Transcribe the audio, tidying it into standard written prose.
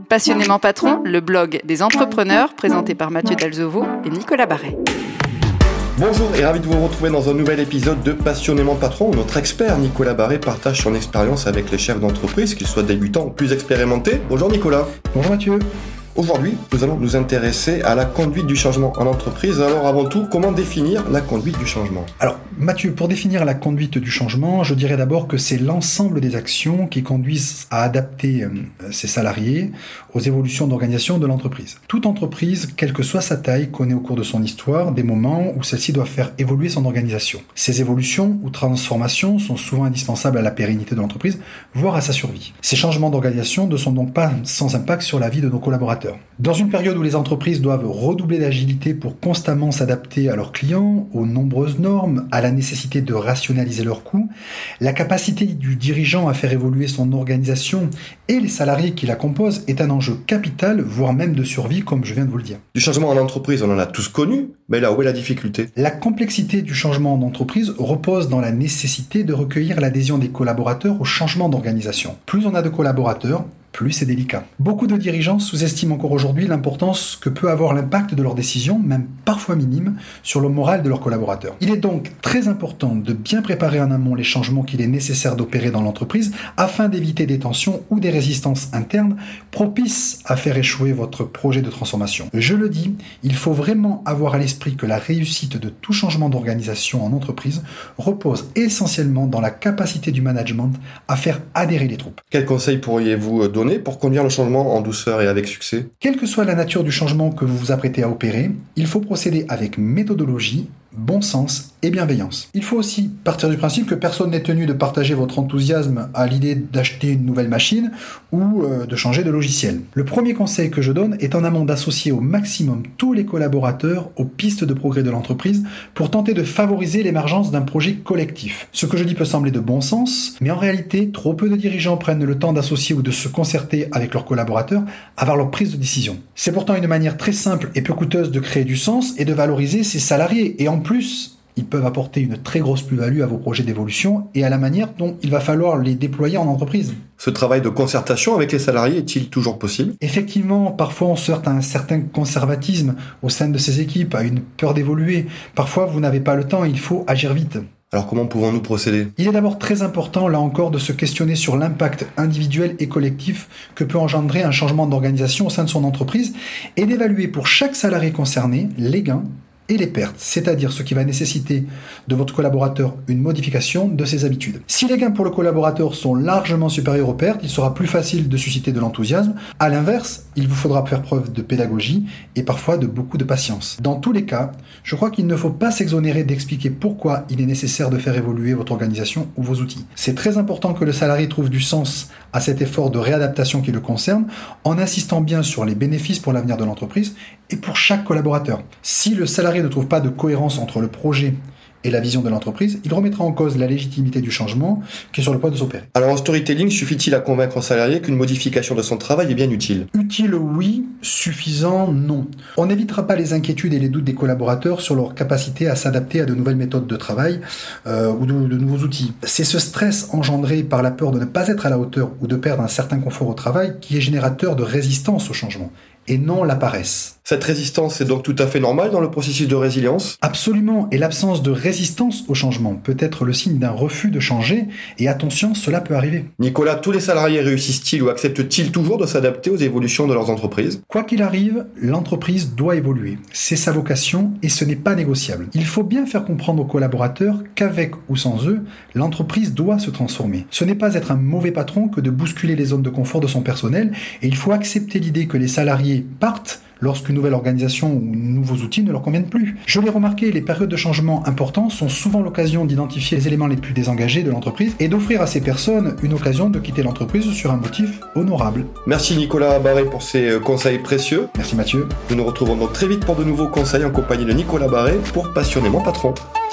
Passionnément Patron, le blog des entrepreneurs, présenté par Mathieu Dalzovo et Nicolas Barret. Bonjour et ravi de vous retrouver dans un nouvel épisode de Passionnément Patron où notre expert Nicolas Barret partage son expérience avec les chefs d'entreprise, qu'ils soient débutants ou plus expérimentés. Bonjour Nicolas. Bonjour Mathieu. Aujourd'hui, nous allons nous intéresser à la conduite du changement en entreprise. Alors avant tout, comment définir la conduite du changement ? Alors Mathieu, pour définir la conduite du changement, je dirais d'abord que c'est l'ensemble des actions qui conduisent à adapter ses salariés aux évolutions d'organisation de l'entreprise. Toute entreprise, quelle que soit sa taille, connaît au cours de son histoire des moments où celle-ci doit faire évoluer son organisation. Ces évolutions ou transformations sont souvent indispensables à la pérennité de l'entreprise, voire à sa survie. Ces changements d'organisation ne sont donc pas sans impact sur la vie de nos collaborateurs. Dans une période où les entreprises doivent redoubler d'agilité pour constamment s'adapter à leurs clients, aux nombreuses normes, à la nécessité de rationaliser leurs coûts, la capacité du dirigeant à faire évoluer son organisation et les salariés qui la composent est un enjeu capital, voire même de survie, comme je viens de vous le dire. Du changement en entreprise, on en a tous connu, mais là où est la difficulté ? La complexité du changement en entreprise repose dans la nécessité de recueillir l'adhésion des collaborateurs au changement d'organisation. Plus on a de collaborateurs, plus c'est délicat. Beaucoup de dirigeants sous-estiment encore aujourd'hui l'importance que peut avoir l'impact de leurs décisions, même parfois minime, sur le moral de leurs collaborateurs. Il est donc très important de bien préparer en amont les changements qu'il est nécessaire d'opérer dans l'entreprise afin d'éviter des tensions ou des résistances internes propices à faire échouer votre projet de transformation. Je le dis, il faut vraiment avoir à l'esprit que la réussite de tout changement d'organisation en entreprise repose essentiellement dans la capacité du management à faire adhérer les troupes. Quels conseils pourriez-vous donner pour conduire le changement en douceur et avec succès ? Quelle que soit la nature du changement que vous vous apprêtez à opérer, il faut procéder avec méthodologie, bon sens et bienveillance. Il faut aussi partir du principe que personne n'est tenu de partager votre enthousiasme à l'idée d'acheter une nouvelle machine ou de changer de logiciel. Le premier conseil que je donne est en amont d'associer au maximum tous les collaborateurs aux pistes de progrès de l'entreprise pour tenter de favoriser l'émergence d'un projet collectif. Ce que je dis peut sembler de bon sens, mais en réalité, trop peu de dirigeants prennent le temps d'associer ou de se concerter avec leurs collaborateurs avant leur prise de décision. C'est pourtant une manière très simple et peu coûteuse de créer du sens et de valoriser ses salariés. Et en plus, ils peuvent apporter une très grosse plus-value à vos projets d'évolution et à la manière dont il va falloir les déployer en entreprise. Ce travail de concertation avec les salariés est-il toujours possible ? Effectivement, parfois on se heurte à un certain conservatisme au sein de ces équipes, à une peur d'évoluer. Parfois, vous n'avez pas le temps et il faut agir vite. Alors comment pouvons-nous procéder ? Il est d'abord très important, là encore, de se questionner sur l'impact individuel et collectif que peut engendrer un changement d'organisation au sein de son entreprise et d'évaluer pour chaque salarié concerné les gains et les pertes, c'est-à-dire ce qui va nécessiter de votre collaborateur une modification de ses habitudes. Si les gains pour le collaborateur sont largement supérieurs aux pertes, il sera plus facile de susciter de l'enthousiasme. À l'inverse, il vous faudra faire preuve de pédagogie et parfois de beaucoup de patience. Dans tous les cas, je crois qu'il ne faut pas s'exonérer d'expliquer pourquoi il est nécessaire de faire évoluer votre organisation ou vos outils. C'est très important que le salarié trouve du sens à cet effort de réadaptation qui le concerne, en insistant bien sur les bénéfices pour l'avenir de l'entreprise et pour chaque collaborateur. Si le salarié ne trouve pas de cohérence entre le projet et la vision de l'entreprise, il remettra en cause la légitimité du changement qui est sur le point de s'opérer. Alors en storytelling, suffit-il à convaincre un salarié qu'une modification de son travail est bien utile ? Utile, oui. Suffisant, non. On n'évitera pas les inquiétudes et les doutes des collaborateurs sur leur capacité à s'adapter à de nouvelles méthodes de travail ou de nouveaux outils. C'est ce stress engendré par la peur de ne pas être à la hauteur ou de perdre un certain confort au travail qui est générateur de résistance au changement, et non la paresse. Cette résistance est donc tout à fait normale dans le processus de résilience ? Absolument, et l'absence de résistance au changement peut être le signe d'un refus de changer, et attention, cela peut arriver. Nicolas, tous les salariés réussissent-ils ou acceptent-ils toujours de s'adapter aux évolutions de leurs entreprises ? Quoi qu'il arrive, l'entreprise doit évoluer. C'est sa vocation et ce n'est pas négociable. Il faut bien faire comprendre aux collaborateurs qu'avec ou sans eux, l'entreprise doit se transformer. Ce n'est pas être un mauvais patron que de bousculer les zones de confort de son personnel, et il faut accepter l'idée que les salariés partent lorsqu'une nouvelle organisation ou nouveaux outils ne leur conviennent plus. Je l'ai remarqué, les périodes de changement importants sont souvent l'occasion d'identifier les éléments les plus désengagés de l'entreprise et d'offrir à ces personnes une occasion de quitter l'entreprise sur un motif honorable. Merci Nicolas Barret pour ces conseils précieux. Merci Mathieu. Nous nous retrouvons donc très vite pour de nouveaux conseils en compagnie de Nicolas Barret pour Passionnément Patron.